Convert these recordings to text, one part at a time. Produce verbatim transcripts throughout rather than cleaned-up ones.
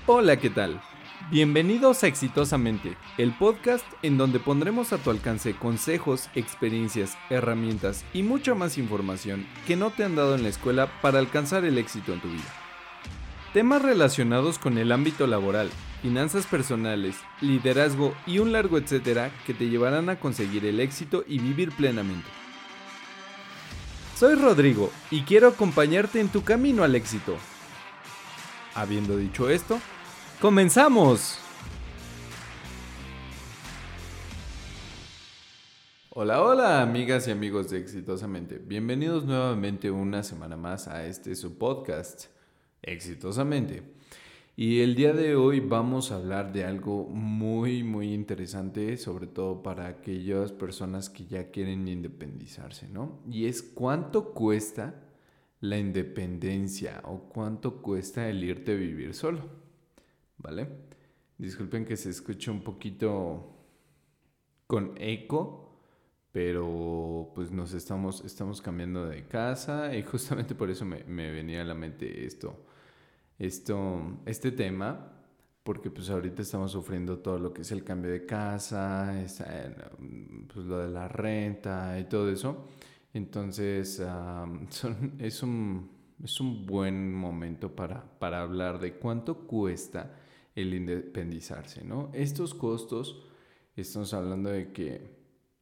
Hola, ¿qué tal? Bienvenidos a Exitosamente, el podcast en donde pondremos a tu alcance consejos, experiencias, herramientas y mucha más información que no te han dado en la escuela para alcanzar el éxito en tu vida. Temas relacionados con el ámbito laboral, finanzas personales, liderazgo y un largo etcétera que te llevarán a conseguir el éxito y vivir plenamente. Soy Rodrigo y quiero acompañarte en tu camino al éxito. Habiendo dicho esto, ¡comenzamos! Hola, hola amigas y amigos de Exitosamente. Bienvenidos nuevamente una semana más a este su podcast, Exitosamente. Y el día de hoy vamos a hablar de algo muy muy interesante, sobre todo para aquellas personas que ya quieren independizarse, ¿no? Y es cuánto cuesta la independencia o cuánto cuesta el irte a vivir solo, ¿vale? Disculpen que se escuche un poquito con eco, pero pues nos estamos, estamos cambiando de casa y justamente por eso me, me venía a la mente esto, esto, este tema, porque pues ahorita estamos sufriendo todo lo que es el cambio de casa, esa, pues lo de la renta y todo eso. Entonces um, son, es, un, es un buen momento para, para hablar de cuánto cuesta el independizarse, ¿no? Estos costos, estamos hablando de que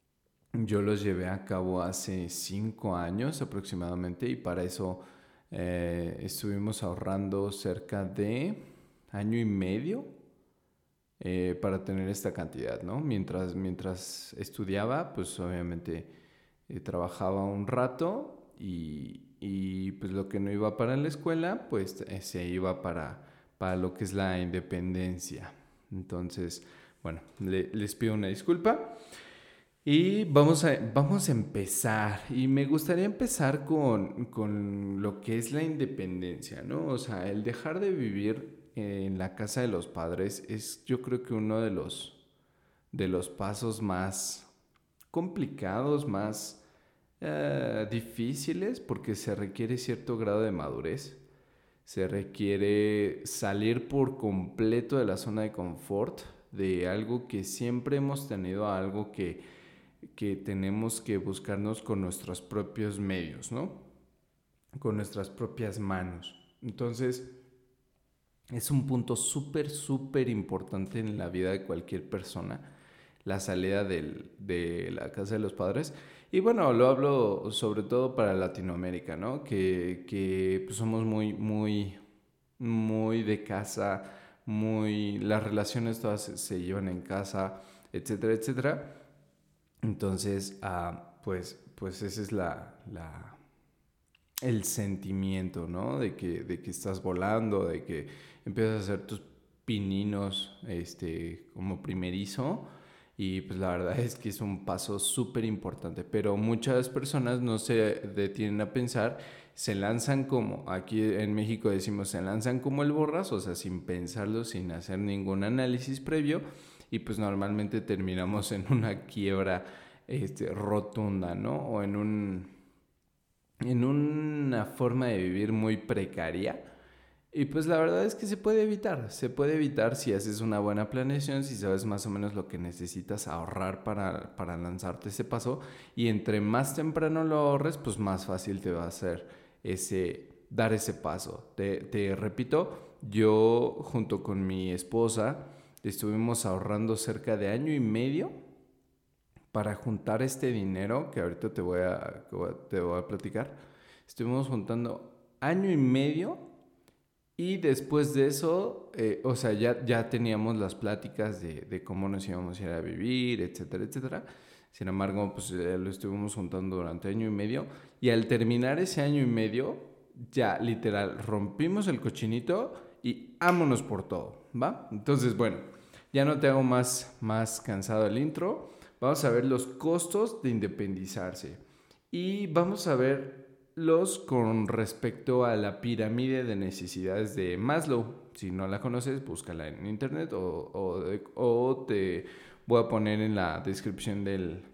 yo los llevé a cabo hace cinco años aproximadamente y para eso eh, estuvimos ahorrando cerca de año y medio eh, para tener esta cantidad, ¿no? Mientras, mientras estudiaba, pues obviamente eh, trabajaba un rato y, y pues lo que no iba para la escuela, pues eh, se iba para, para lo que es la independencia. Entonces, bueno, le, les pido una disculpa. Y vamos a, vamos a empezar, y me gustaría empezar con, con lo que es la independencia, ¿no? O sea, el dejar de vivir en la casa de los padres es, yo creo que uno de los, de los pasos más complicados, más eh, difíciles, porque se requiere cierto grado de madurez, se requiere salir por completo de la zona de confort, de algo que siempre hemos tenido a algo que que tenemos que buscarnos con nuestros propios medios, ¿no? Con nuestras propias manos. Entonces, es un punto súper, súper importante en la vida de cualquier persona, la salida del, de la casa de los padres. Y bueno, lo hablo sobre todo para Latinoamérica, ¿no? Que, que pues somos muy, muy, muy de casa, muy... Las relaciones todas se, se llevan en casa, etcétera, etcétera. Entonces, uh, pues, pues ese es la, la, el sentimiento, ¿no? De que, de que estás volando, de que empiezas a hacer tus pininos este, como primerizo. Y pues la verdad es que es un paso súper importante. Pero muchas personas no se detienen a pensar, se lanzan como, aquí en México decimos, se lanzan como el borras, o sea, sin pensarlo, sin hacer ningún análisis previo. Y pues normalmente terminamos en una quiebra este, rotunda, ¿no? O en un, en una forma de vivir muy precaria. Y pues la verdad es que se puede evitar, se puede evitar si haces una buena planeación, si sabes más o menos lo que necesitas ahorrar para, para lanzarte ese paso. Y entre más temprano lo ahorres, pues más fácil te va a ser ese, dar ese paso. Te, te repito, yo junto con mi esposa estuvimos ahorrando cerca de año y medio para juntar este dinero que ahorita te voy a, te voy a platicar. Estuvimos juntando año y medio y después de eso, eh, o sea, ya, ya teníamos las pláticas de, de cómo nos íbamos a ir a vivir, etcétera, etcétera. Sin embargo, pues eh, lo estuvimos juntando durante año y medio y al terminar ese año y medio, ya literal rompimos el cochinito y vámonos por todo, ¿va? Entonces, bueno, ya no te hago más, más cansado el intro. Vamos a ver los costos de independizarse y vamos a ver los con respecto a la pirámide de necesidades de Maslow. Si no la conoces, búscala en internet o, o, o te voy a poner en la descripción del,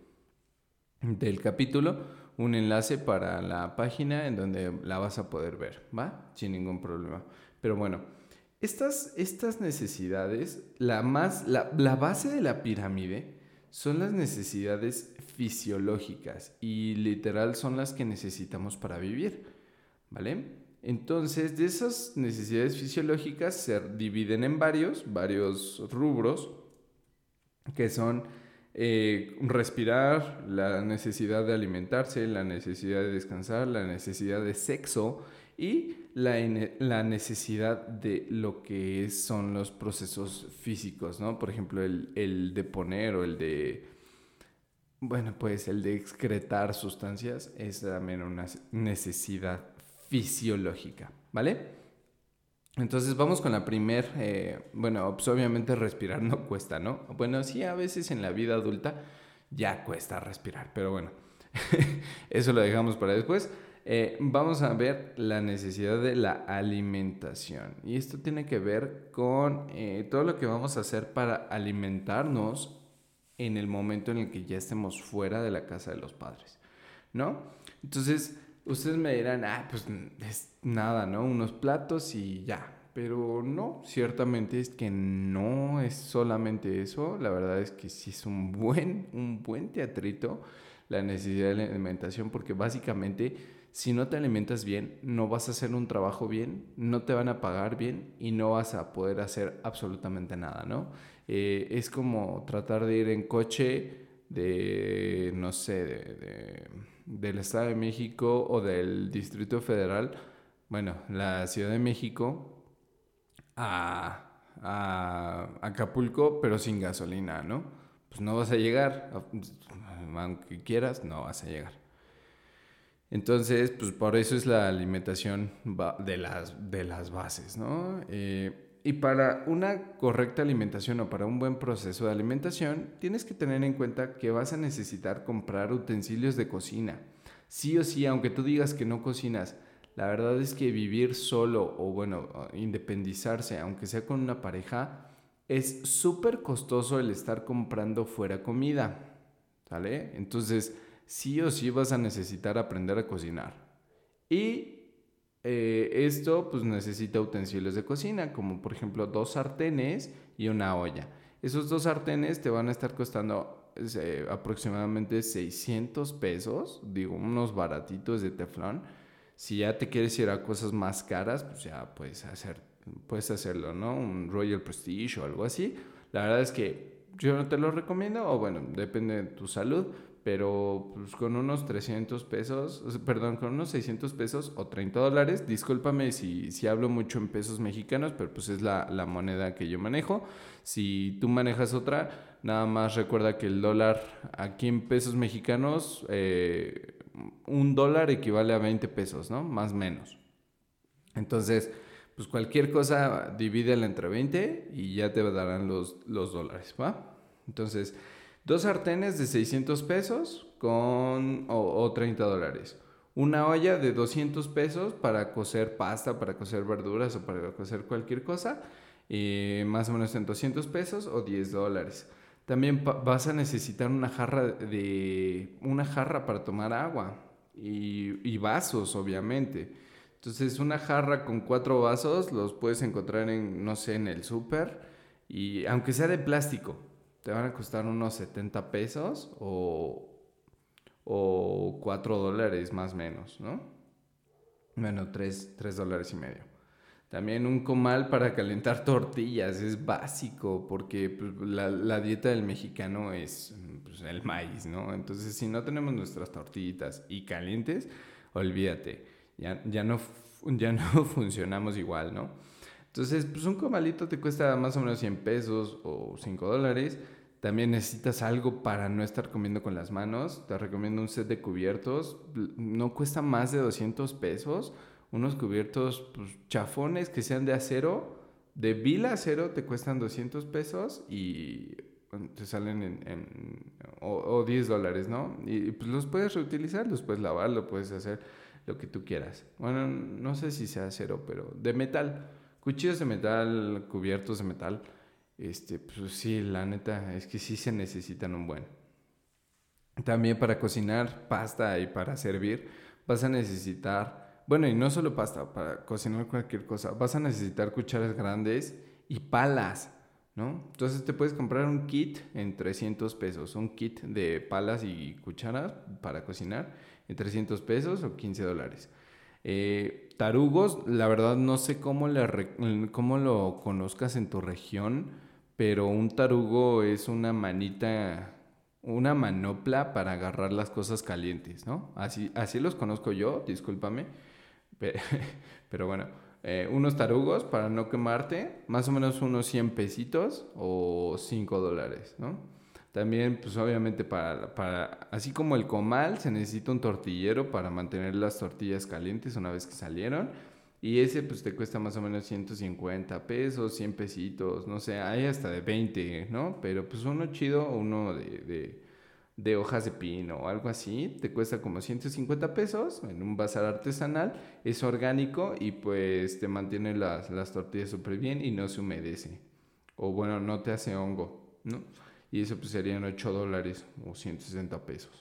del capítulo un enlace para la página en donde la vas a poder ver, ¿va? Sin ningún problema. Pero bueno, Estas, estas necesidades, la, más, la, la base de la pirámide son las necesidades fisiológicas y literal son las que necesitamos para vivir, ¿vale? Entonces, de esas necesidades fisiológicas se dividen en varios, varios rubros, que son eh, respirar, la necesidad de alimentarse, la necesidad de descansar, la necesidad de sexo y la, la necesidad de lo que son los procesos físicos, ¿no? Por ejemplo, el, el de poner o el de, bueno, pues el de excretar sustancias es también una necesidad fisiológica, ¿vale? Entonces vamos con la primer, eh, bueno, pues obviamente respirar no cuesta, ¿no? Bueno, sí, a veces en la vida adulta ya cuesta respirar, pero bueno, eso lo dejamos para después. Eh, vamos a ver la necesidad de la alimentación. Y esto tiene que ver con eh, todo lo que vamos a hacer para alimentarnos en el momento en el que ya estemos fuera de la casa de los padres, ¿no? Entonces, ustedes me dirán, ah, pues es nada, ¿no? Unos platos y ya. Pero no, ciertamente es que no es solamente eso. La verdad es que sí es un buen, un buen teatrito la necesidad de la alimentación, porque básicamente si no te alimentas bien, no vas a hacer un trabajo bien, no te van a pagar bien y no vas a poder hacer absolutamente nada, ¿no? Eh, es como tratar de ir en coche de, no sé, de, de, del Estado de México o del Distrito Federal, bueno, la Ciudad de México, a, a Acapulco, pero sin gasolina, ¿no? Pues no vas a llegar, aunque quieras, no vas a llegar. Entonces, pues por eso es la alimentación de las, de las bases, ¿no? Eh, y para una correcta alimentación o para un buen proceso de alimentación, tienes que tener en cuenta que vas a necesitar comprar utensilios de cocina. Sí o sí, aunque tú digas que no cocinas, la verdad es que vivir solo o bueno, independizarse, aunque sea con una pareja, es súper costoso el estar comprando fuera comida, ¿sale? Entonces, sí o sí vas a necesitar aprender a cocinar. Y eh, esto pues necesita utensilios de cocina, como por ejemplo dos sartenes y una olla. Esos dos sartenes te van a estar costando eh, aproximadamente seiscientos pesos, digo, unos baratitos de teflón. Si ya te quieres ir a cosas más caras, pues ya puedes, hacer, puedes hacerlo, ¿no? Un Royal Prestige o algo así. La verdad es que yo no te lo recomiendo, o bueno, depende de tu salud, pero pues con unos trescientos pesos, perdón, con unos seiscientos pesos o treinta dólares, discúlpame si, si hablo mucho en pesos mexicanos, pero pues es la, la moneda que yo manejo. Si tú manejas otra, nada más recuerda que el dólar aquí en pesos mexicanos, eh, un dólar equivale a veinte pesos, ¿no? Más o menos. Entonces, pues cualquier cosa divídela entre veinte y ya te darán los, los dólares, ¿va? Entonces, dos sartenes de seiscientos pesos con, o, o treinta dólares. Una olla de doscientos pesos para cocer pasta, para cocer verduras o para cocer cualquier cosa. Eh, más o menos en doscientos pesos o diez dólares. También vas a necesitar una jarra de una jarra para tomar agua y, y vasos, obviamente. Entonces, una jarra con cuatro vasos los puedes encontrar en, no sé, en el súper. Y aunque sea de plástico, te van a costar unos setenta pesos o, o cuatro dólares más o menos, ¿no? Bueno, tres dólares y medio. También un comal para calentar tortillas, es básico porque pues, la, la dieta del mexicano es pues, el maíz, ¿no? Entonces, si no tenemos nuestras tortillitas y calientes, olvídate, ya, ya, no, ya no funcionamos igual, ¿no? Entonces, pues un comalito te cuesta más o menos cien pesos o cinco dólares. También necesitas algo para no estar comiendo con las manos. Te recomiendo un set de cubiertos. No cuesta más de doscientos pesos. Unos cubiertos pues, chafones que sean de acero. De vila acero te cuestan doscientos pesos y te salen en, en o, o diez dólares, ¿no? Y pues los puedes reutilizar, los puedes lavar, lo puedes hacer lo que tú quieras. Bueno, no sé si sea acero, pero de metal. Cuchillos de metal, cubiertos de metal. Este, pues sí, la neta es que sí se necesitan un buen. También para cocinar pasta y para servir vas a necesitar bueno, y no solo pasta, para cocinar cualquier cosa, vas a necesitar cucharas grandes y palas, ¿no? Entonces te puedes comprar un kit en trescientos pesos, un kit de palas y cucharas para cocinar en trescientos pesos o quince dólares. Eh, tarugos, la verdad no sé cómo, le re- cómo lo conozcas en tu región, pero un tarugo es una manita, una manopla para agarrar las cosas calientes, ¿no? Así, así los conozco yo, discúlpame, pe- pero bueno, eh, unos tarugos para no quemarte, más o menos unos cien pesitos o cinco dólares, ¿no? También, pues obviamente para, para, así como el comal, se necesita un tortillero para mantener las tortillas calientes una vez que salieron. Y ese pues te cuesta más o menos ciento cincuenta pesos, cien pesitos, no sé, hay hasta de veinte, ¿no? Pero pues uno chido, uno de, de, de hojas de pino o algo así, te cuesta como ciento cincuenta pesos en un bazar artesanal, es orgánico y pues te mantiene las, las tortillas súper bien y no se humedece. O bueno, no te hace hongo, ¿no? Y eso pues serían ocho dólares o ciento sesenta pesos.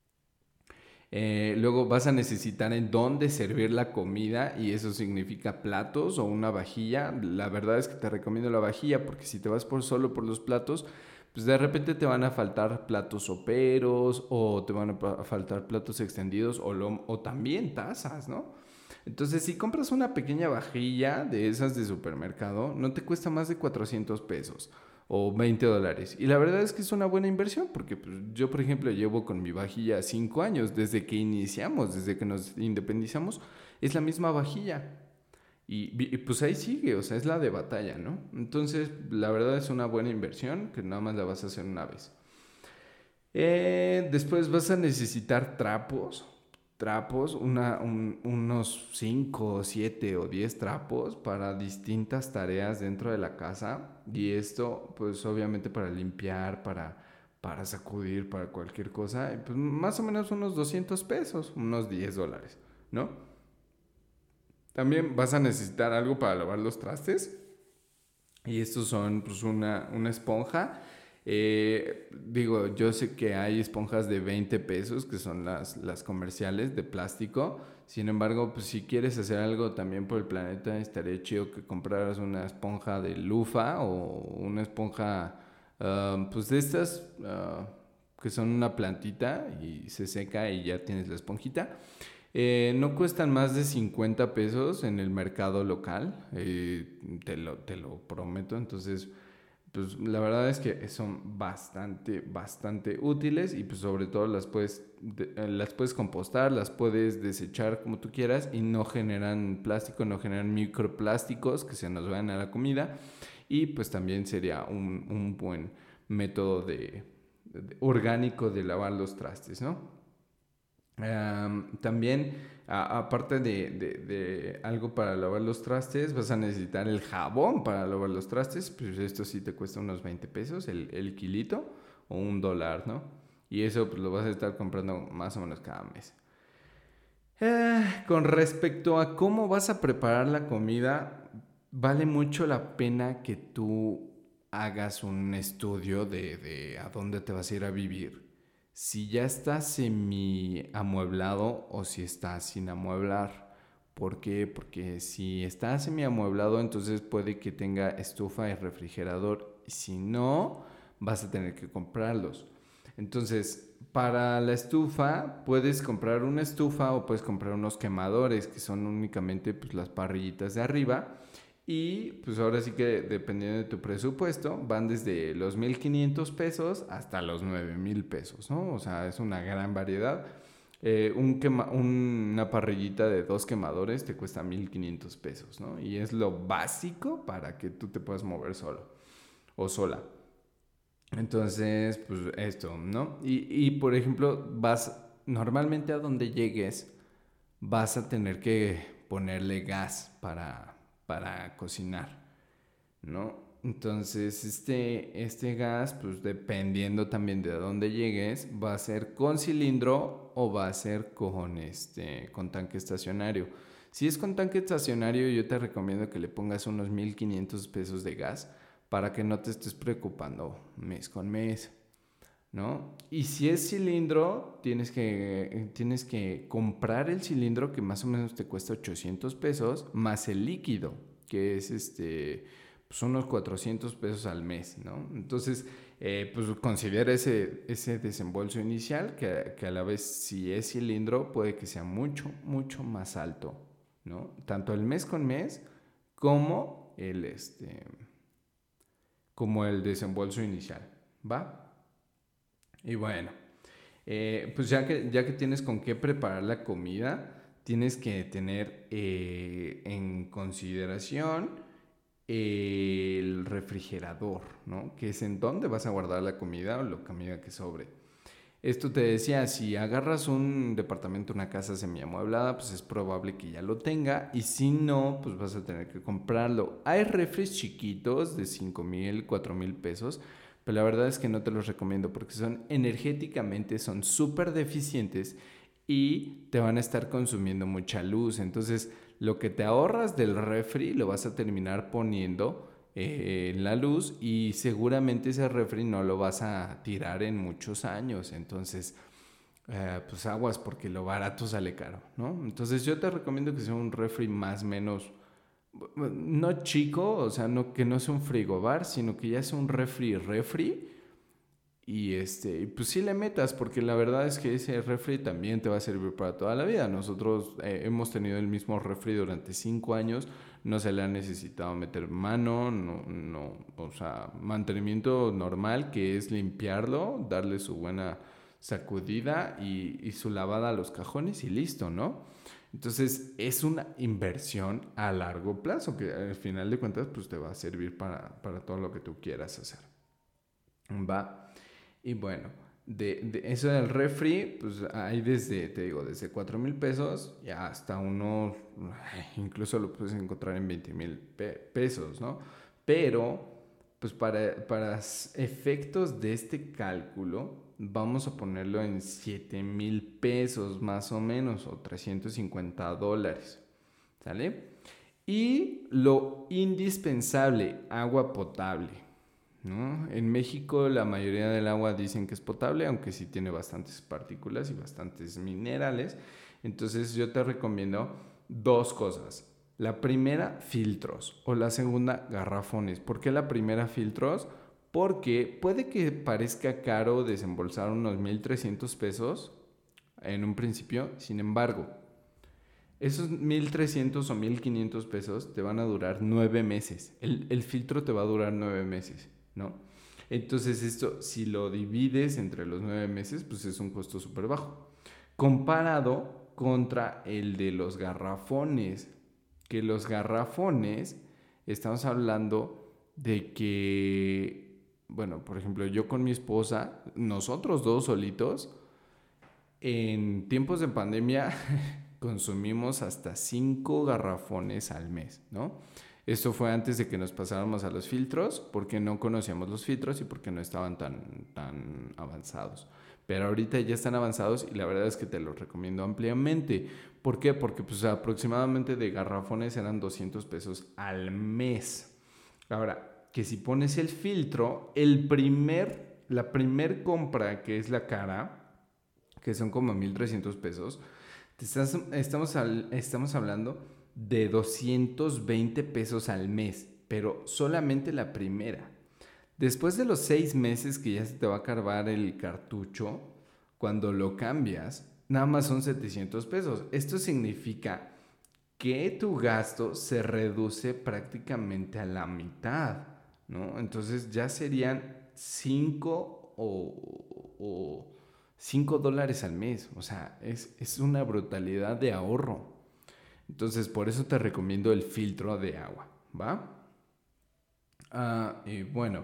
Eh, luego vas a necesitar en dónde servir la comida y eso significa platos o una vajilla. La verdad es que te recomiendo la vajilla porque si te vas por solo por los platos, pues de repente te van a faltar platos soperos o te van a faltar platos extendidos o, lo, o también tazas, ¿no? Entonces, si compras una pequeña vajilla de esas de supermercado, no te cuesta más de cuatrocientos pesos o veinte dólares. Y la verdad es que es una buena inversión porque pues, yo, por ejemplo, llevo con mi vajilla cinco años, desde que iniciamos, desde que nos independizamos, es la misma vajilla. Y, y, pues ahí sigue, o sea, es la de batalla, ¿no? Entonces, la verdad es una buena inversión que nada más la vas a hacer una vez. Eh, después vas a necesitar trapos, trapos, una, un- unos cinco, siete o diez trapos para distintas tareas dentro de la casa. Y esto, pues obviamente para limpiar, para, para sacudir, para cualquier cosa. Y, pues más o menos unos doscientos pesos, unos diez dólares, ¿no? También vas a necesitar algo para lavar los trastes. Y estos son pues una, una esponja. Eh, digo, yo sé que hay esponjas de veinte pesos, que son las, las comerciales de plástico. Sin embargo, pues si quieres hacer algo también por el planeta, estaría chido que compraras una esponja de lufa o una esponja, ah, pues de estas, ah, que son una plantita y se seca y ya tienes la esponjita. Eh, no cuestan más de cincuenta pesos en el mercado local, eh, te lo, te lo prometo. Entonces, pues la verdad es que son bastante, bastante útiles y pues sobre todo las puedes, de- eh, las puedes compostar, las puedes desechar como tú quieras y no generan plástico, no generan microplásticos que se nos van a la comida y pues también sería un, un buen método de, de- orgánico de lavar los trastes, ¿no? Am, también, a- aparte de, de- de algo para lavar los trastes, vas a necesitar el jabón para lavar los trastes. Pues esto sí te cuesta unos veinte pesos el, el kilito o un dólar, ¿no? Y eso pues, lo vas a estar comprando más o menos cada mes. Eh, con respecto a cómo vas a preparar la comida, vale mucho la pena que tú hagas un estudio de, de a dónde te vas a ir a vivir. Si ya estás semi amueblado o si estás sin amueblar. ¿Por qué? Porque si está semi amueblado, entonces puede que tenga estufa y refrigerador. Si no, vas a tener que comprarlos. Entonces, para la estufa, puedes comprar una estufa o puedes comprar unos quemadores que son únicamente pues, las parrillitas de arriba. Y pues ahora sí que dependiendo de tu presupuesto, van desde los mil quinientos pesos hasta los nueve mil pesos, ¿no? O sea, es una gran variedad. Eh, un quema- una parrillita de dos quemadores te cuesta mil quinientos pesos, ¿no? Y es lo básico para que tú te puedas mover solo o sola. Entonces, pues esto, ¿no? Y, y por ejemplo, vas, normalmente a donde llegues, vas a tener que ponerle gas para, para cocinar, ¿no? Entonces, este, este gas, pues dependiendo también de dónde llegues, va a ser con cilindro o va a ser con, este, con tanque estacionario. Si es con tanque estacionario, yo te recomiendo que le pongas unos mil quinientos pesos de gas para que no te estés preocupando mes con mes. ¿no? Y si es cilindro, tienes que, tienes que comprar el cilindro que más o menos te cuesta ochocientos pesos, más el líquido, que es este, pues unos cuatrocientos pesos al mes, ¿no? Entonces, eh, pues considera ese, ese desembolso inicial, que, que a la vez si es cilindro puede que sea mucho, mucho más alto, ¿no? Tanto el mes con mes como el, este, como el desembolso inicial, ¿va? Y bueno, eh, pues ya que, ya que tienes con qué preparar la comida, tienes que tener eh, en consideración el refrigerador, ¿no? Que es en donde vas a guardar la comida o la comida que sobre. Esto te decía, si agarras un departamento, una casa semiamueblada, pues es probable que ya lo tenga, y si no, pues vas a tener que comprarlo. Hay refres chiquitos de cinco mil, cuatro mil pesos, pero la verdad es que no te los recomiendo porque son energéticamente, son súper deficientes y te van a estar consumiendo mucha luz. Entonces, lo que te ahorras del refri lo vas a terminar poniendo eh, en la luz, y seguramente ese refri no lo vas a tirar en muchos años. Entonces, eh, pues aguas porque lo barato sale caro, ¿no? Entonces yo te recomiendo que sea un refri más o menos, no chico, o sea, no, que no sea un frigobar, sino que ya sea un refri refri. Y este, pues sí le metas, porque la verdad es que ese refri también te va a servir para toda la vida. Nosotros eh, hemos tenido el mismo refri durante cinco años, no se le ha necesitado meter mano, no, no, o sea, mantenimiento normal, que es limpiarlo, darle su buena sacudida y, y su lavada a los cajones y listo, ¿no? Entonces es una inversión a largo plazo que al final de cuentas pues te va a servir para, para todo lo que tú quieras hacer. Va. Y bueno, de, de eso del refri, pues hay desde, te digo, desde cuatro mil pesos ya hasta unos, incluso lo puedes encontrar en veinte mil pe pesos, ¿no? Pero, pues para, para efectos de este cálculo, vamos a ponerlo en siete mil pesos más o menos, o trescientos cincuenta dólares, ¿sale? Y lo indispensable, agua potable, ¿no? En México la mayoría del agua dicen que es potable, aunque sí tiene bastantes partículas y bastantes minerales. Entonces yo te recomiendo dos cosas. La primera, filtros, o la segunda, garrafones. ¿Por qué la primera, filtros? Porque puede que parezca caro desembolsar unos mil trescientos pesos en un principio. Sin embargo, esos mil trescientos o mil quinientos pesos te van a durar nueve meses. El, el filtro te va a durar nueve meses, ¿no? Entonces esto, si lo divides entre los nueve meses, pues es un costo súper bajo. Comparado contra el de los garrafones, que los garrafones, estamos hablando de que, bueno, por ejemplo, yo con mi esposa, nosotros dos solitos, en tiempos de pandemia consumimos hasta cinco garrafones al mes, ¿no? Esto fue antes de que nos pasáramos a los filtros, porque no conocíamos los filtros y porque no estaban tan, tan avanzados. Pero ahorita ya están avanzados y la verdad es que te los recomiendo ampliamente. ¿Por qué? Porque pues aproximadamente de garrafones eran doscientos pesos al mes. Ahora, que si pones el filtro, el primer, la primer compra, que es la cara, que son como mil trescientos pesos, te estás, estamos, al, estamos hablando de doscientos veinte pesos al mes, pero solamente la primera. Después de los seis meses que ya se te va a acabar el cartucho, cuando lo cambias, nada más son setecientos pesos. Esto significa que tu gasto se reduce prácticamente a la mitad, ¿no? Entonces ya serían cinco o, o cinco dólares al mes. O sea, es, es una brutalidad de ahorro. Entonces, por eso te recomiendo el filtro de agua, ¿va? Ah, y bueno,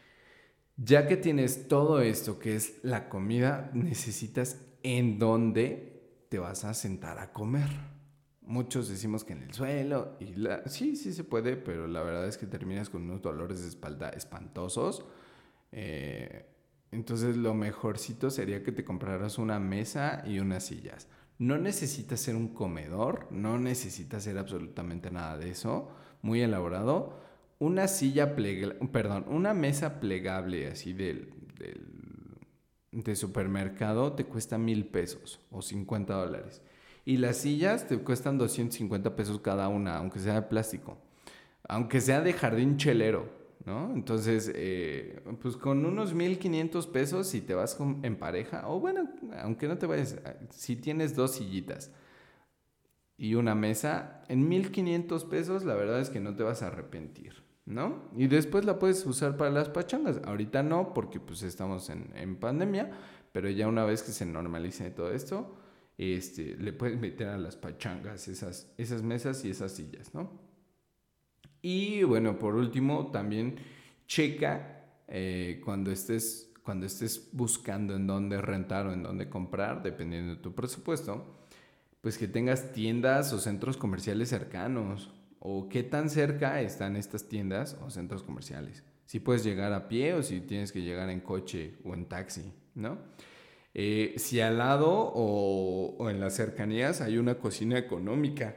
ya que tienes todo esto que es la comida, necesitas en dónde te vas a sentar a comer. Muchos decimos que en el suelo, y la, sí, sí se puede, pero la verdad es que terminas con unos dolores de espalda espantosos. Eh, entonces lo mejorcito sería que te compraras una mesa y unas sillas. No necesitas ser un comedor, no necesitas ser absolutamente nada de eso, muy elaborado. Una silla plegable, perdón, una mesa plegable así del, del de supermercado te cuesta mil pesos o cincuenta dólares. Y las sillas te cuestan doscientos cincuenta pesos cada una, aunque sea de plástico. Aunque sea de jardín chelero, ¿no? Entonces, eh, pues con unos mil quinientos pesos si te vas con, en pareja, o bueno, aunque no te vayas, si tienes dos sillitas y una mesa, en mil quinientos pesos la verdad es que no te vas a arrepentir, ¿no? Y después la puedes usar para las pachangas. Ahorita no, porque pues estamos en, en pandemia, pero ya una vez que se normalice todo esto, este, le puedes meter a las pachangas esas, esas mesas y esas sillas, ¿no? Y bueno, por último, también checa eh, cuando estés, cuando estés buscando en dónde rentar o en dónde comprar, dependiendo de tu presupuesto, pues que tengas tiendas o centros comerciales cercanos, o qué tan cerca están estas tiendas o centros comerciales. Si puedes llegar a pie o si tienes que llegar en coche o en taxi, ¿no? Eh, si al lado o, o en las cercanías hay una cocina económica,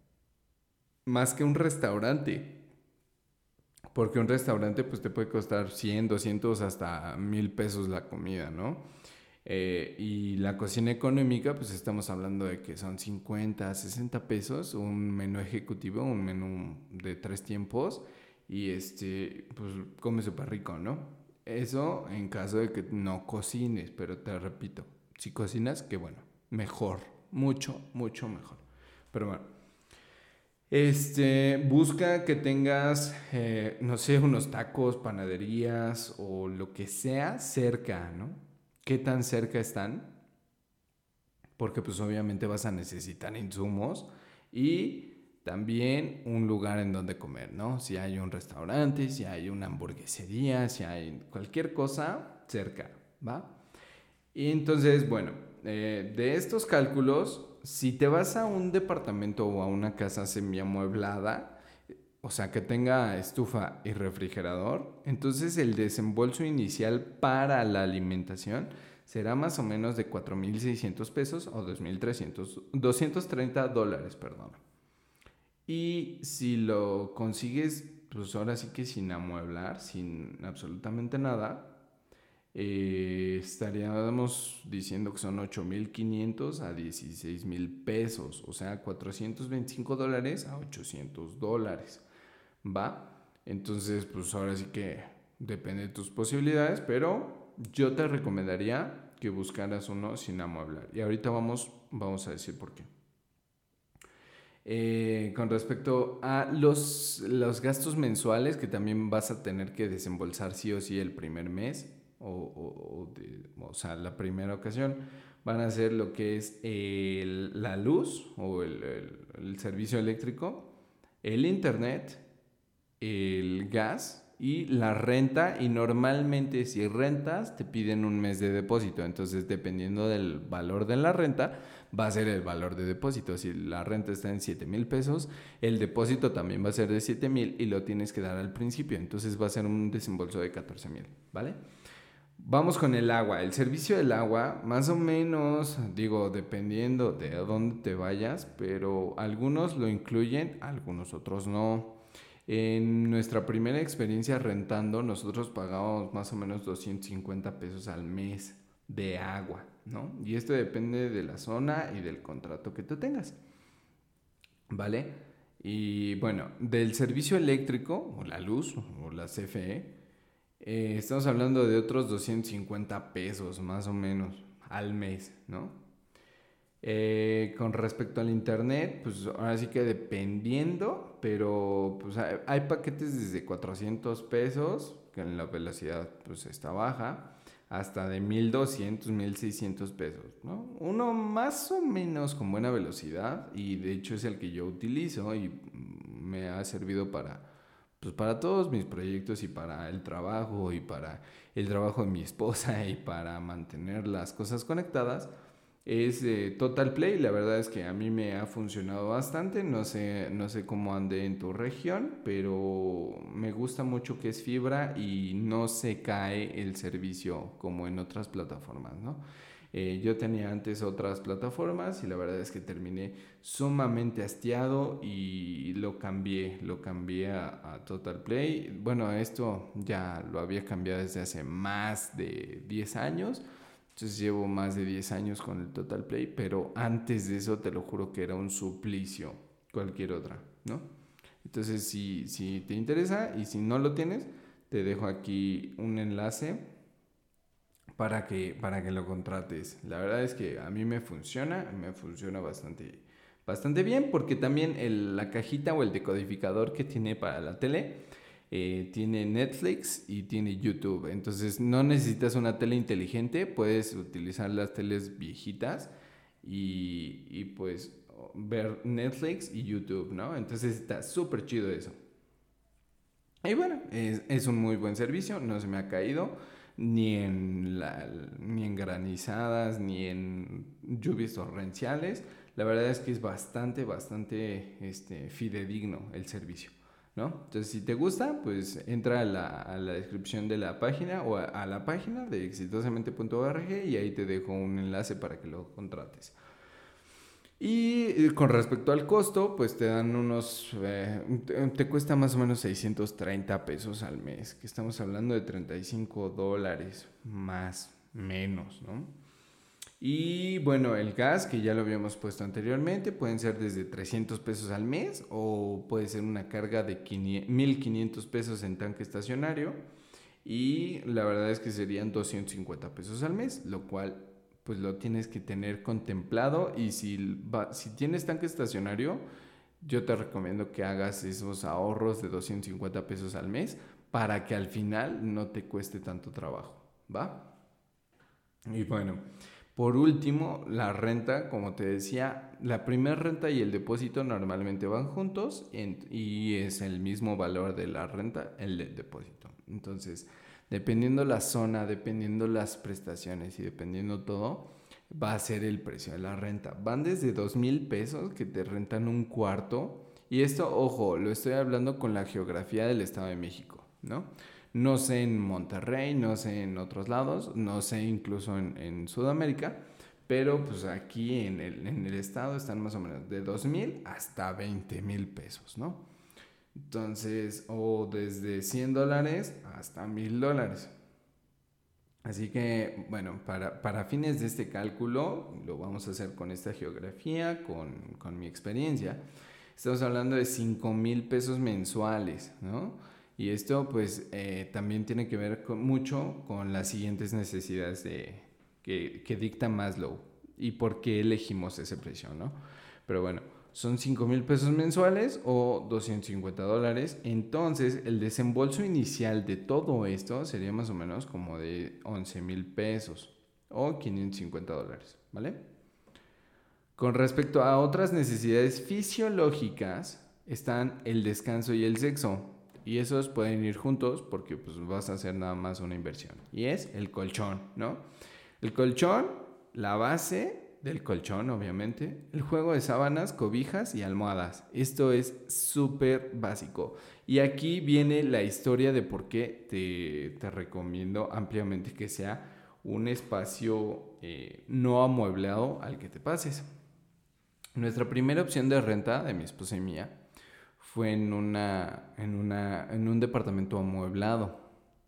más que un restaurante. Porque un restaurante pues te puede costar cien, doscientos, hasta mil pesos la comida, ¿no? Eh, y la cocina económica pues estamos hablando de que son cincuenta, sesenta pesos, un menú ejecutivo, un menú de tres tiempos y este pues come súper rico, ¿no? Eso en caso de que no cocines, pero te repito, si cocinas, qué bueno, mejor, mucho, mucho mejor. Pero bueno, este, busca que tengas, eh, no sé, unos tacos, panaderías o lo que sea cerca, ¿no? ¿Qué tan cerca están? Porque pues obviamente vas a necesitar insumos y también un lugar en donde comer, ¿no? Si hay un restaurante, si hay una hamburguesería, si hay cualquier cosa cerca, ¿va? Y entonces, bueno, eh, de estos cálculos, si te vas a un departamento o a una casa semiamueblada, o sea, que tenga estufa y refrigerador, entonces el desembolso inicial para la alimentación será más o menos de cuatro mil seiscientos pesos o dos mil trescientos, doscientos treinta dólares, perdón. Y si lo consigues, pues ahora sí que sin amueblar, sin absolutamente nada, eh, estaríamos diciendo que son ocho mil quinientos a dieciséis mil pesos, o sea, cuatrocientos veinticinco dólares a ochocientos dólares, ¿va? Entonces, pues ahora sí que depende de tus posibilidades, pero yo te recomendaría que buscaras uno sin amueblar. Y ahorita vamos, vamos a decir por qué. Eh, con respecto a los, los gastos mensuales que también vas a tener que desembolsar sí o sí el primer mes, o, o, o, de, o sea, la primera ocasión, van a ser lo que es el, la luz o el, el, el servicio eléctrico, el internet, el gas y la renta. Y normalmente si rentas te piden un mes de depósito, entonces dependiendo del valor de la renta va a ser el valor de depósito. Si la renta está en siete mil pesos, el depósito también va a ser de siete mil y lo tienes que dar al principio, entonces va a ser un desembolso de catorce mil, ¿vale? Vamos con el agua. El servicio del agua, más o menos, digo, dependiendo de a dónde te vayas, pero algunos lo incluyen, algunos otros no. En nuestra primera experiencia rentando, nosotros pagábamos más o menos doscientos cincuenta pesos al mes de agua, ¿no? Y esto depende de la zona y del contrato que tú tengas, ¿vale? Y bueno, del servicio eléctrico, o la luz, o la C F E, eh, estamos hablando de otros doscientos cincuenta pesos más o menos al mes, ¿no? Eh, con respecto al internet, pues ahora sí que dependiendo, pero pues hay, hay paquetes desde cuatrocientos pesos, que en la velocidad pues está baja, hasta de mil doscientos, mil seiscientos pesos, ¿no? Uno más o menos con buena velocidad y de hecho es el que yo utilizo y me ha servido para, pues para todos mis proyectos y para el trabajo y para el trabajo de mi esposa y para mantener las cosas conectadas. Es eh, Total Play. La verdad es que a mí me ha funcionado bastante. No sé, no sé cómo ande en tu región, pero me gusta mucho que es fibra y no se cae el servicio como en otras plataformas, ¿no? Eh, yo tenía antes otras plataformas y la verdad es que terminé sumamente hastiado y lo cambié, lo cambié a, a Total Play. Bueno, esto ya lo había cambiado desde hace más de diez años, Entonces llevo más de diez años con el Total Play, pero antes de eso te lo juro que era un suplicio cualquier otra, ¿no? Entonces si, si te interesa y si no lo tienes, te dejo aquí un enlace para que, para que lo contrates. La verdad es que a mí me funciona, me funciona bastante, bastante bien porque también el, la cajita o el decodificador que tiene para la tele eh, tiene Netflix y tiene YouTube. Entonces no necesitas una tele inteligente, puedes utilizar las teles viejitas y, y pues ver Netflix y YouTube, ¿no? Entonces está súper chido eso. Y bueno, es, es un muy buen servicio, no se me ha caído ni en, la, ni en granizadas, ni en lluvias torrenciales. La verdad es que es bastante, bastante este, fidedigno el servicio, ¿no? Entonces, si te gusta, pues entra a la, a la descripción de la página o a, a la página de exitosamente punto org y ahí te dejo un enlace para que lo contrates. Y con respecto al costo, pues te dan unos, eh, te, te cuesta más o menos seiscientos treinta pesos al mes, que estamos hablando de treinta y cinco dólares más, menos, ¿no? Y bueno, el gas, que ya lo habíamos puesto anteriormente, pueden ser desde trescientos pesos al mes o puede ser una carga de mil quinientos pesos en tanque estacionario y la verdad es que serían doscientos cincuenta pesos al mes, lo cual pues lo tienes que tener contemplado y si, va, si tienes tanque estacionario, yo te recomiendo que hagas esos ahorros de doscientos cincuenta pesos al mes para que al final no te cueste tanto trabajo, ¿va? Y bueno, por último, la renta, como te decía, la primera renta y el depósito normalmente van juntos en, y es el mismo valor de la renta, el del depósito. Entonces, dependiendo la zona, dependiendo las prestaciones y dependiendo todo, va a ser el precio de la renta. Van desde dos mil pesos que te rentan un cuarto. Y esto, ojo, lo estoy hablando con la geografía del Estado de México, ¿no? No sé en Monterrey, no sé en otros lados, no sé incluso en, en Sudamérica, pero pues aquí en el, en el estado están más o menos de dos mil hasta veinte mil pesos, ¿no? Entonces, o desde cien dólares hasta mil dólares. Así que, bueno, para, para fines de este cálculo, lo vamos a hacer con esta geografía, con, con mi experiencia. Estamos hablando de cinco mil pesos mensuales, ¿no? Y esto pues eh, también tiene que ver con, mucho con las siguientes necesidades de, que, que dicta Maslow y por qué elegimos ese precio, ¿no? Pero bueno, son cinco mil pesos mensuales o doscientos cincuenta dólares. Entonces el desembolso inicial de todo esto sería más o menos como de once mil pesos o quinientos cincuenta dólares, ¿vale? Con respecto a otras necesidades fisiológicas están el descanso y el sexo. Y esos pueden ir juntos porque pues vas a hacer nada más una inversión. Y es el colchón, ¿no? El colchón, la base del colchón, obviamente. El juego de sábanas, cobijas y almohadas. Esto es súper básico. Y aquí viene la historia de por qué te, te recomiendo ampliamente que sea un espacio eh, no amueblado al que te pases. Nuestra primera opción de renta de mi esposa y mía fue en, una, en, una, en un departamento amueblado.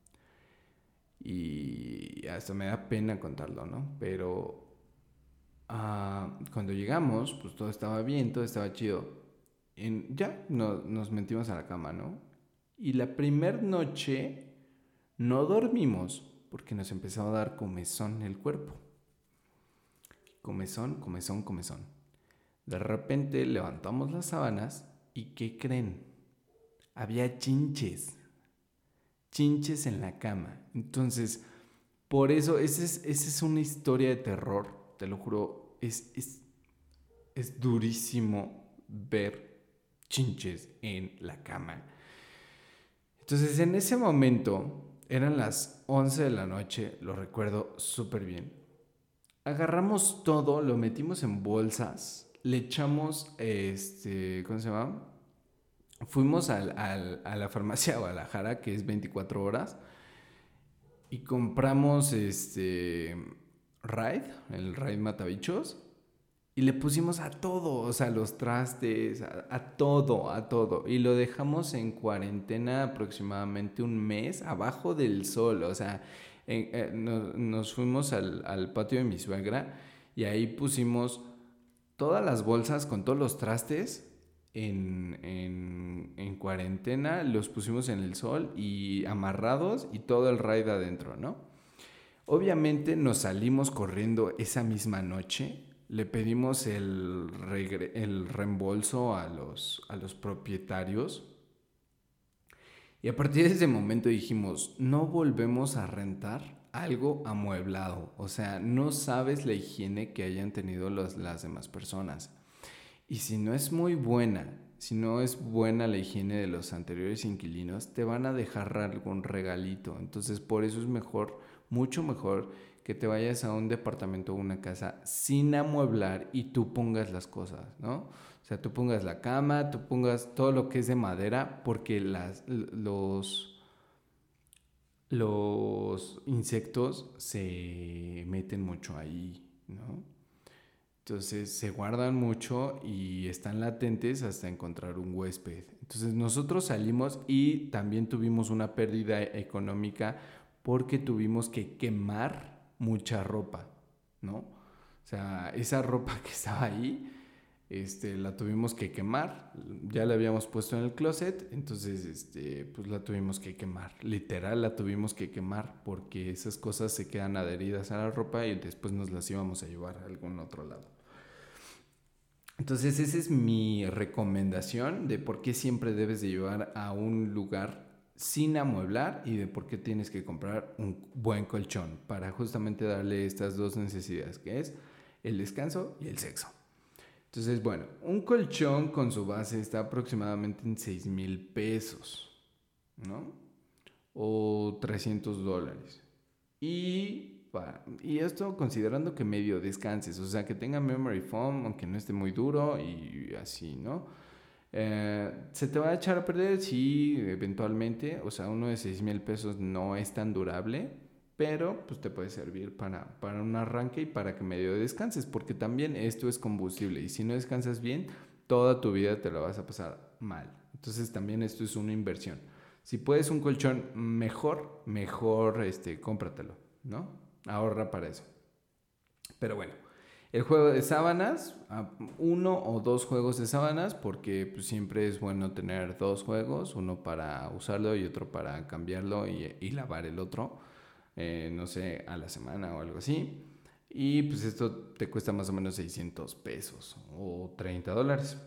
Y hasta me da pena contarlo, ¿no? Pero uh, cuando llegamos, pues todo estaba bien, todo estaba chido. En, ya no, nos metimos a la cama, ¿no? Y la primera noche no dormimos porque nos empezó a dar comezón en el cuerpo. Comezón, comezón, comezón. De repente levantamos las sábanas y ¿qué creen? Había chinches, chinches en la cama. Entonces, por eso, esa es, esa es una historia de terror, te lo juro, es, es, es durísimo ver chinches en la cama. Entonces, en ese momento, eran las once de la noche, lo recuerdo súper bien. Agarramos todo, lo metimos en bolsas, le echamos, este, ¿cómo se llama? Fuimos al, al, a la farmacia de Guadalajara, que es veinticuatro horas, y compramos este Raid, el Raid Matabichos, Y le pusimos a todo, o sea, los trastes, a, a todo, a todo. Y lo dejamos en cuarentena aproximadamente un mes abajo del sol. O sea, en- eh, nos, nos fuimos al, al patio de mi suegra y ahí pusimos todas las bolsas con todos los trastes en, en, en cuarentena. Los pusimos en el sol y amarrados y todo el raid adentro, ¿no? Obviamente nos salimos corriendo esa misma noche. Le pedimos el, regre- el reembolso a los, a los propietarios. Y a partir de ese momento dijimos, no volvemos a rentar algo amueblado. O sea, no sabes la higiene que hayan tenido los- las demás personas. Y si no es muy buena, si no es buena la higiene de los anteriores inquilinos, te van a dejar algún regalito. Entonces, por eso es mejor, mucho mejor, que te vayas a un departamento o una casa sin amueblar y tú pongas las cosas, ¿no? O sea, tú pongas la cama, tú pongas todo lo que es de madera, porque las, los, los insectos se meten mucho ahí, ¿no? Entonces se guardan mucho y están latentes hasta encontrar un huésped. Entonces nosotros salimos y también tuvimos una pérdida económica porque tuvimos que quemar mucha ropa, ¿no? O sea, esa ropa que estaba ahí, este, la tuvimos que quemar. Ya la habíamos puesto en el closet, entonces este, pues la tuvimos que quemar. Literal la tuvimos que quemar porque esas cosas se quedan adheridas a la ropa y después nos las íbamos a llevar a algún otro lado. Entonces esa es mi recomendación de por qué siempre debes de llevar a un lugar sin amueblar y de por qué tienes que comprar un buen colchón para justamente darle estas dos necesidades, que es el descanso y el sexo. Entonces, bueno, un colchón con su base está aproximadamente en seis mil pesos, ¿no? O trescientos dólares. Y, pa- y esto considerando que medio descanses, o sea, que tenga memory foam, aunque no esté muy duro y así, ¿no? Eh, ¿Se te va a echar a perder? Sí, eventualmente. O sea, uno de seis mil pesos no es tan durable, pero pues te puede servir para, para un arranque y para que medio descanses, porque también esto es combustible y si no descansas bien, toda tu vida te la vas a pasar mal. Entonces también esto es una inversión. Si puedes un colchón mejor, mejor este, cómpratelo, ¿no? Ahorra para eso. Pero bueno, el juego de sábanas, uno o dos juegos de sábanas, porque pues, siempre es bueno tener dos juegos, uno para usarlo y otro para cambiarlo y, y lavar el otro, eh, no sé, a la semana o algo así. Y pues esto te cuesta más o menos seiscientos pesos o treinta dólares.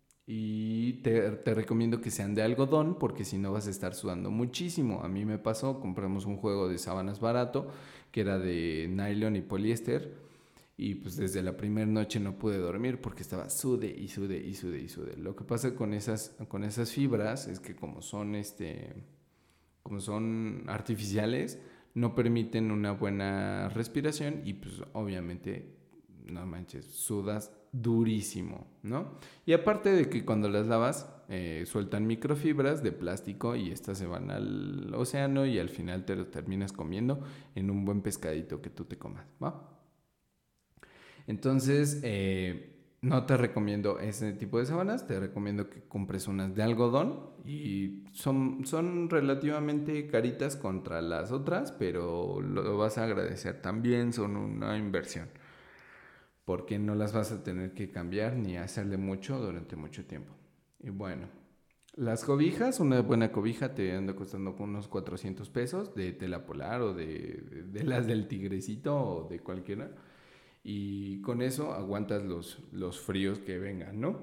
Y te, te recomiendo que sean de algodón porque si no vas a estar sudando muchísimo. A mí me pasó, compramos un juego de sábanas barato que era de nylon y poliéster y pues desde la primera noche no pude dormir porque estaba sude y sude y sude y sude. Lo que pasa con esas, con esas fibras es que como son, este, como son artificiales, no permiten una buena respiración y pues obviamente, no manches, sudas durísimo, ¿no? Y aparte de que cuando las lavas, eh, sueltan microfibras de plástico y estas se van al océano y al final te lo terminas comiendo en un buen pescadito que tú te comas, ¿va? Entonces, eh, no te recomiendo ese tipo de sábanas, te recomiendo que compres unas de algodón y son, son relativamente caritas contra las otras, pero lo vas a agradecer también, son una inversión, porque no las vas a tener que cambiar ni hacerle mucho durante mucho tiempo. Y bueno, las cobijas, una buena cobija te anda costando unos cuatrocientos pesos de tela polar o de, de las del tigrecito o de cualquiera y con eso aguantas los, los fríos que vengan, ¿no?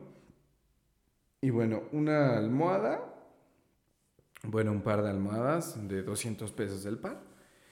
Y bueno, una almohada, bueno, un par de almohadas de doscientos pesos el par.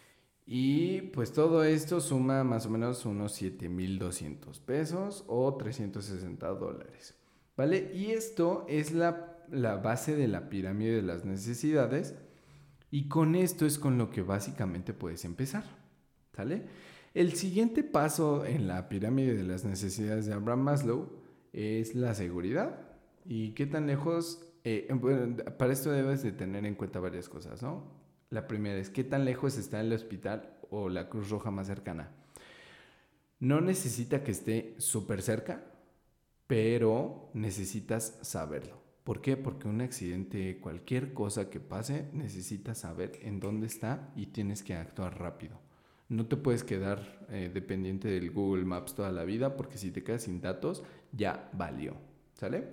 Y pues todo esto suma más o menos unos siete mil doscientos pesos o trescientos sesenta dólares, ¿vale? Y esto es la, la base de la pirámide de las necesidades y con esto es con lo que básicamente puedes empezar, ¿sale? El siguiente paso en la pirámide de las necesidades de Abraham Maslow es la seguridad. ¿Y qué tan lejos? Eh, bueno, para esto debes de tener en cuenta varias cosas, ¿no? La primera es qué tan lejos está el hospital o la Cruz Roja más cercana. No necesita que esté súper cerca, pero necesitas saberlo. ¿Por qué? Porque un accidente, cualquier cosa que pase, necesitas saber en dónde está y tienes que actuar rápido. No te puedes quedar eh, dependiente del Google Maps toda la vida, porque si te quedas sin datos, ya valió. ¿Sale?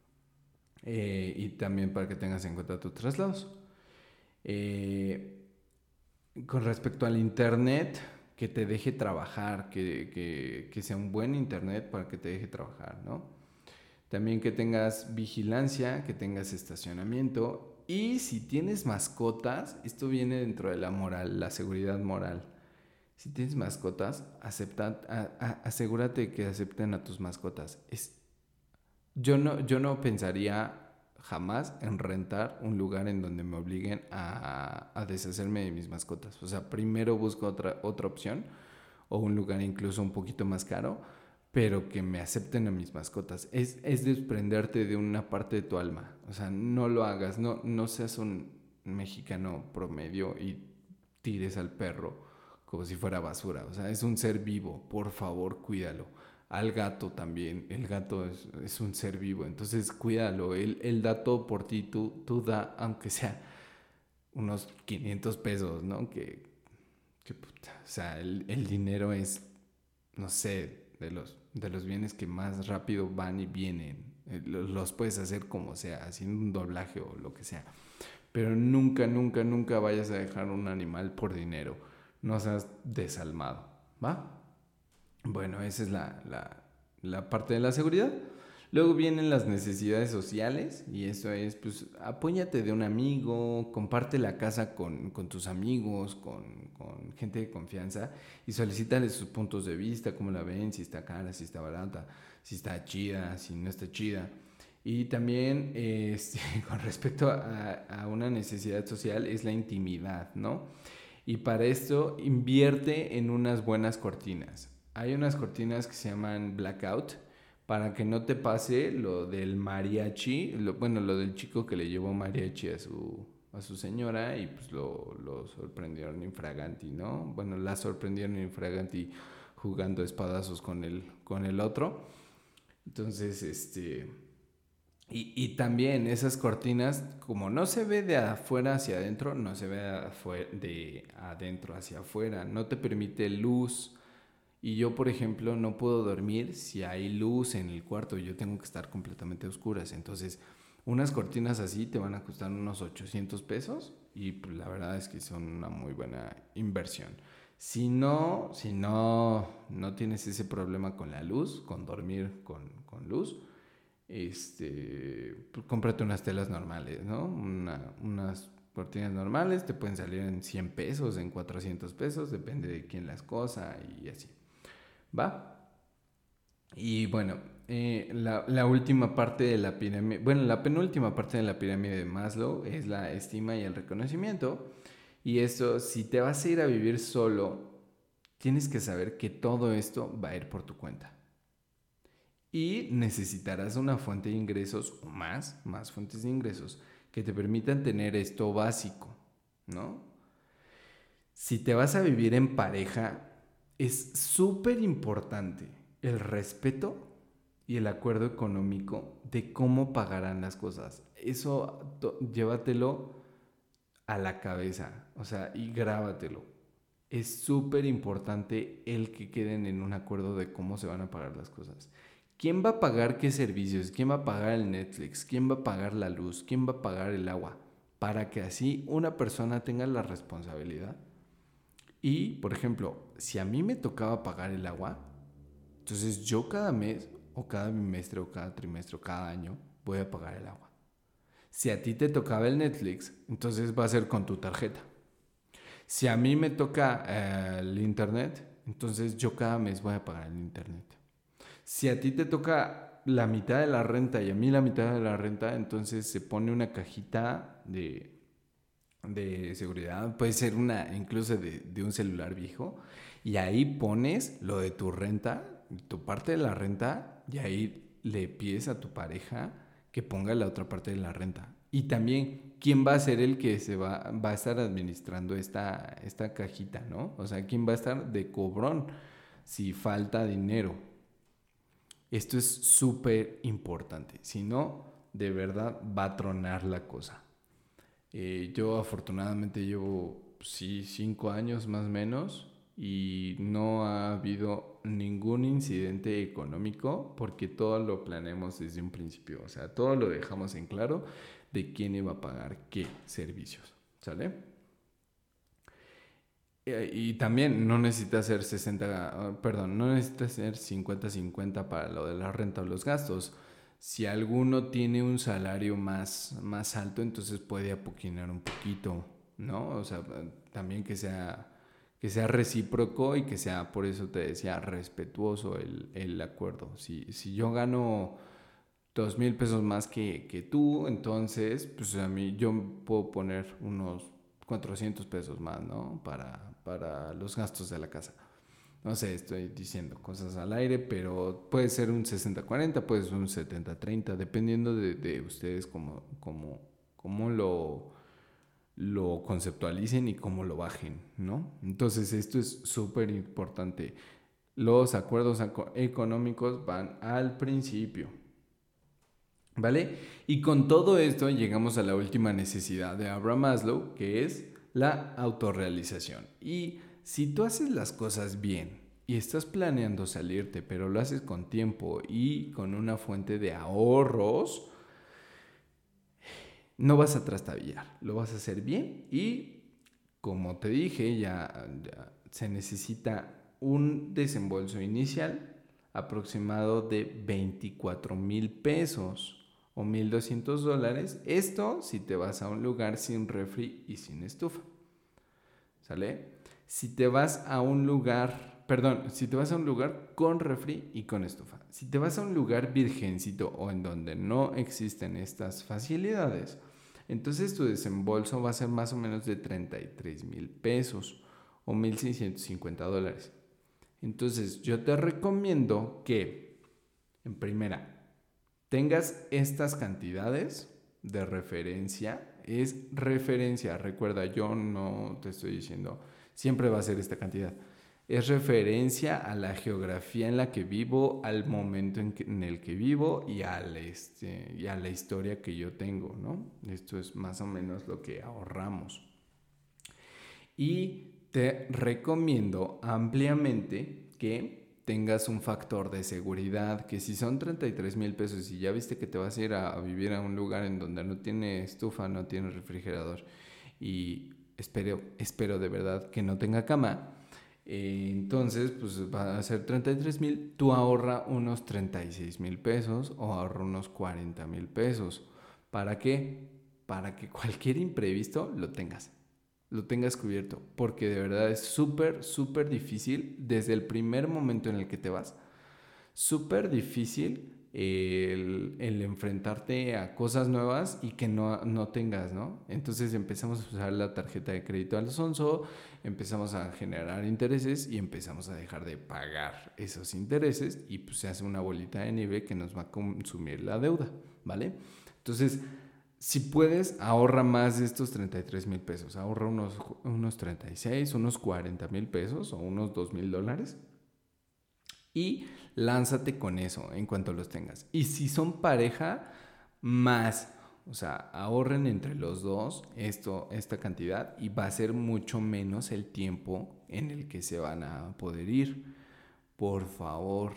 Eh, y también para que tengas en cuenta tus traslados. Eh, con respecto al internet, que te deje trabajar, que, que, que sea un buen internet para que te deje trabajar, ¿no? También que tengas vigilancia, que tengas estacionamiento. Y si tienes mascotas, esto viene dentro de la moral, la seguridad moral. Si tienes mascotas, acepta, a, a, asegúrate que acepten a tus mascotas. Es, yo, no, yo no pensaría jamás en rentar un lugar en donde me obliguen a, a deshacerme de mis mascotas. O sea, primero busco otra, otra opción o un lugar incluso un poquito más caro, pero que me acepten a mis mascotas. Es, es desprenderte de una parte de tu alma. O sea, no lo hagas, no, no seas un mexicano promedio y tires al perro como si fuera basura. O sea, es un ser vivo, por favor, cuídalo. Al gato también, el gato es, es un ser vivo, entonces cuídalo, él, él da todo por ti, tú, tú da, aunque sea unos quinientos pesos, ¿no? Que, que puta, o sea, el, el dinero es, no sé, de los, de los bienes que más rápido van y vienen, los puedes hacer como sea, haciendo un doblaje o lo que sea, pero nunca, nunca, nunca vayas a dejar un animal por dinero, no seas desalmado, ¿va? Bueno, esa es la, la, la parte de la seguridad. Luego vienen las necesidades sociales y eso es, pues, apóyate de un amigo, comparte la casa con, con tus amigos, con, con gente de confianza y solicítales sus puntos de vista, cómo la ven, si está cara, si está barata, si está chida, si no está chida. Y también, este, con respecto a, a una necesidad social, es la intimidad, ¿no? Y para esto invierte en unas buenas cortinas. Hay unas cortinas que se llaman blackout para que no te pase lo del mariachi, lo, bueno, lo del chico que le llevó mariachi a su, a su señora y pues lo, lo sorprendieron infraganti, ¿no? Bueno, la sorprendieron infraganti jugando espadazos con el, con el otro. Entonces, este... Y, y también esas cortinas, como no se ve de afuera hacia adentro, no se ve de adentro hacia afuera, no te permite luz. Y yo, por ejemplo, no puedo dormir si hay luz en el cuarto. Yo tengo que estar completamente a oscuras. Entonces, unas cortinas así te van a costar unos ochocientos pesos y pues, la verdad es que son una muy buena inversión. Si no, si no, no tienes ese problema con la luz, con dormir con, con luz, este, pues, cómprate unas telas normales, ¿no? Una, unas cortinas normales te pueden salir en cien pesos, en cuatrocientos pesos, depende de quién las cosa y así. ¿Va? Y bueno, eh, la, la última parte de la pirámide, bueno, la penúltima parte de la pirámide de Maslow es la estima y el reconocimiento. Y eso, si te vas a ir a vivir solo, tienes que saber que todo esto va a ir por tu cuenta. Y necesitarás una fuente de ingresos o más, más fuentes de ingresos que te permitan tener esto básico, ¿no? Si te vas a vivir en pareja, es súper importante el respeto y el acuerdo económico de cómo pagarán las cosas. Eso to- llévatelo a la cabeza, o sea, y grábatelo. Es súper importante el que queden en un acuerdo de cómo se van a pagar las cosas. ¿Quién va a pagar qué servicios? ¿Quién va a pagar el Netflix? ¿Quién va a pagar la luz? ¿Quién va a pagar el agua? Para que así una persona tenga la responsabilidad. Y, por ejemplo, si a mí me tocaba pagar el agua, entonces yo cada mes, o cada bimestre, o cada trimestre, o cada año, voy a pagar el agua. Si a ti te tocaba el Netflix, entonces va a ser con tu tarjeta. Si a mí me toca eh, el internet, entonces yo cada mes voy a pagar el internet. Si a ti te toca la mitad de la renta y a mí la mitad de la renta, entonces se pone una cajita de, de seguridad, puede ser una incluso de, de un celular viejo, y ahí pones lo de tu renta, tu parte de la renta, y ahí le pides a tu pareja que ponga la otra parte de la renta. Y también, ¿quién va a ser el que se va, va a estar administrando esta, esta cajita, ¿no? O sea, ¿quién va a estar de cobrón? si falta dinero. Esto es súper importante, si no, de verdad va a tronar la cosa. Eh, yo afortunadamente llevo, sí, cinco años más o menos y no ha habido ningún incidente económico porque todo lo planeamos desde un principio. O sea, todo lo dejamos en claro de quién iba a pagar qué servicios, ¿sale? Y también no necesitas hacer sesenta, perdón, no necesitas hacer cincuenta cincuenta para lo de la renta o los gastos. Si alguno tiene un salario más, más alto, entonces puede apoquinar un poquito, ¿no? O sea, también que sea, que sea recíproco y que sea, por eso te decía, respetuoso el, el acuerdo. Si, si yo gano dos mil pesos más que, que tú, entonces, pues a mí yo puedo poner unos cuatrocientos pesos más, ¿no? Para, para los gastos de la casa. No sé, estoy diciendo cosas al aire, pero puede ser un sesenta cuarenta, puede ser un setenta treinta, dependiendo de, de ustedes cómo, cómo, cómo lo, lo conceptualicen y cómo lo bajen, ¿no? Entonces esto es súper importante. Los acuerdos económicos van al principio, ¿vale? Y con todo esto llegamos a la última necesidad de Abraham Maslow, que es la autorrealización. Y si tú haces las cosas bien y estás planeando salirte, pero lo haces con tiempo y con una fuente de ahorros, no vas a trastabillar, lo vas a hacer bien y, como te dije, ya, ya se necesita un desembolso inicial aproximado de veinticuatro mil pesos o mil doscientos dólares. Esto si te vas a un lugar sin refri y sin estufa, ¿sale? Si te vas a un lugar, perdón, si te vas a un lugar con refri y con estufa. Si te vas a un lugar virgencito o en donde no existen estas facilidades, entonces tu desembolso va a ser más o menos de treinta y tres mil pesos o mil seiscientos cincuenta dólares. Entonces yo te recomiendo que, en primera, tengas estas cantidades de referencia. Es referencia, recuerda, yo no te estoy diciendo siempre va a ser esta cantidad. Es referencia a la geografía en la que vivo, al momento en, que, en el que vivo y a, la, este, y a la historia que yo tengo, ¿no? Esto es más o menos lo que ahorramos. Y te recomiendo ampliamente que tengas un factor de seguridad, que si son treinta y tres mil pesos y ya viste que te vas a ir a, a vivir a un lugar en donde no tiene estufa, no tiene refrigerador y espero, espero de verdad que no tenga cama, eh, entonces pues va a ser treinta y tres mil, tú ahorra unos treinta y seis mil pesos o ahorra unos cuarenta mil pesos. ¿Para qué? Para que cualquier imprevisto lo tengas. lo tengas cubierto, porque de verdad es súper, súper difícil desde el primer momento en el que te vas, súper difícil el, el enfrentarte a cosas nuevas y que no, no tengas, ¿no? Entonces empezamos a usar la tarjeta de crédito al sonso, empezamos a generar intereses y empezamos a dejar de pagar esos intereses y pues se hace una bolita de nieve que nos va a consumir la deuda, ¿vale? Entonces, si puedes, ahorra más de estos treinta y tres mil pesos. Ahorra unos, unos treinta y seis, unos cuarenta mil pesos o unos dos mil dólares. Y lánzate con eso en cuanto los tengas. Y si son pareja, más. O sea, ahorren entre los dos esto, esta cantidad y va a ser mucho menos el tiempo en el que se van a poder ir. Por favor.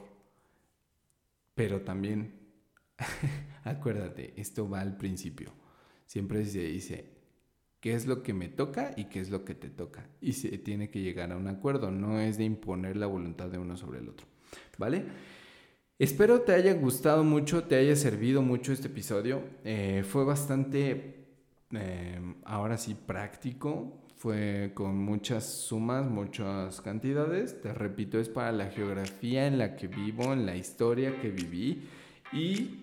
Pero también... acuérdate, esto va al principio. Siempre se dice qué es lo que me toca y qué es lo que te toca. Y se tiene que llegar a un acuerdo. No es de imponer la voluntad de uno sobre el otro. ¿Vale? Espero te haya gustado mucho, te haya servido mucho este episodio. Eh, fue bastante, eh, ahora sí, práctico. Fue con muchas sumas, muchas cantidades. Te repito, es para la geografía en la que vivo, en la historia que viví. Y...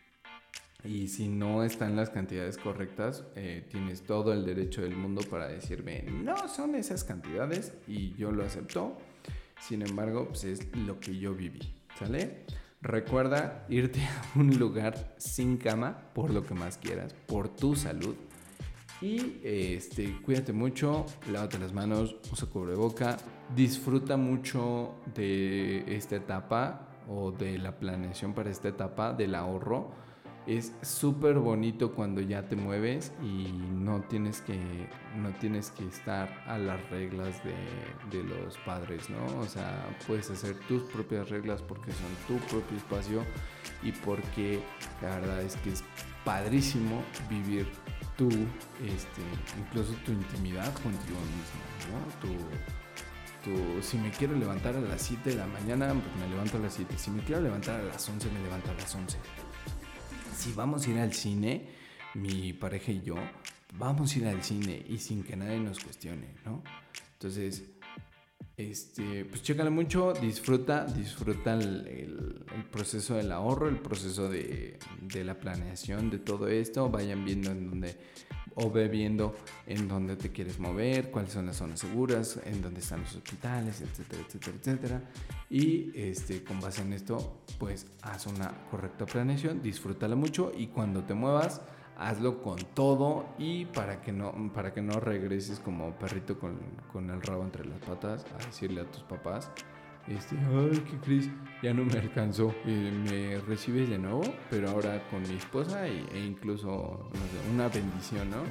Y si no están las cantidades correctas, eh, tienes todo el derecho del mundo para decirme, no son esas cantidades y yo lo acepto. Sin embargo, pues es lo que yo viví, ¿sale? Recuerda irte a un lugar sin cama por lo que más quieras, por tu salud. Y este, cuídate mucho, lávate las manos, usa cubreboca, disfruta mucho de esta etapa o de la planeación para esta etapa del ahorro. Es súper bonito cuando ya te mueves y no tienes que, no tienes que estar a las reglas de, de los padres, ¿no? O sea, puedes hacer tus propias reglas porque son tu propio espacio y porque la verdad es que es padrísimo vivir tú, este, incluso tu intimidad contigo mismo, ¿no? Tu, tu, si me quiero levantar a las siete de la mañana, pues me levanto a las siete. Si me quiero levantar a las once, me levanto a las once. Si vamos a ir al cine, mi pareja y yo, vamos a ir al cine y sin que nadie nos cuestione, ¿no? Entonces, este, pues chécale mucho, disfruta, disfruta el, el, el proceso del ahorro, el proceso de, de la planeación de todo esto. Vayan viendo en dónde, o ve viendo en dónde te quieres mover, cuáles son las zonas seguras, en dónde están los hospitales, etcétera, etcétera, etcétera. Y este, con base en esto, pues haz una correcta planeación, disfrútala mucho y cuando te muevas, hazlo con todo y para que no, para que no regreses como perrito con, con el rabo entre las patas a decirle a tus papás, este, ay, ¿qué crees? Ya no me alcanzó, eh, me recibes de nuevo, pero ahora con mi esposa y, e incluso, no sé, una bendición, ¿no?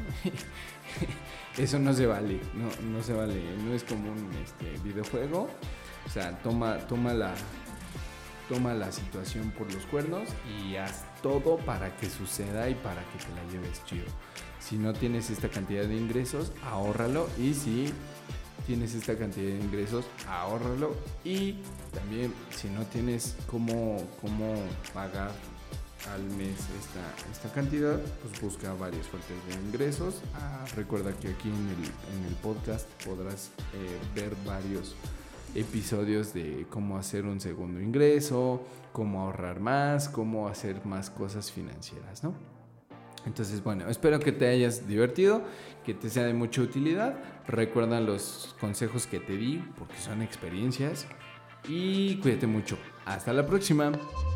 Eso no se vale, no, no se vale, no es como un este, videojuego. O sea, toma, toma la, toma la situación por los cuernos y haz todo para que suceda y para que te la lleves chido. Si no tienes esta cantidad de ingresos, ahórralo, y si tienes esta cantidad de ingresos, ahórralo, y también si no tienes cómo, cómo pagar al mes esta, esta cantidad, pues busca varias fuentes de ingresos. Ah, recuerda que aquí en el, en el podcast podrás eh, ver varios episodios de cómo hacer un segundo ingreso, cómo ahorrar más, cómo hacer más cosas financieras, ¿no? Entonces, bueno, espero que te hayas divertido, que te sea de mucha utilidad. Recuerda los consejos que te di porque son experiencias y cuídate mucho. Hasta la próxima.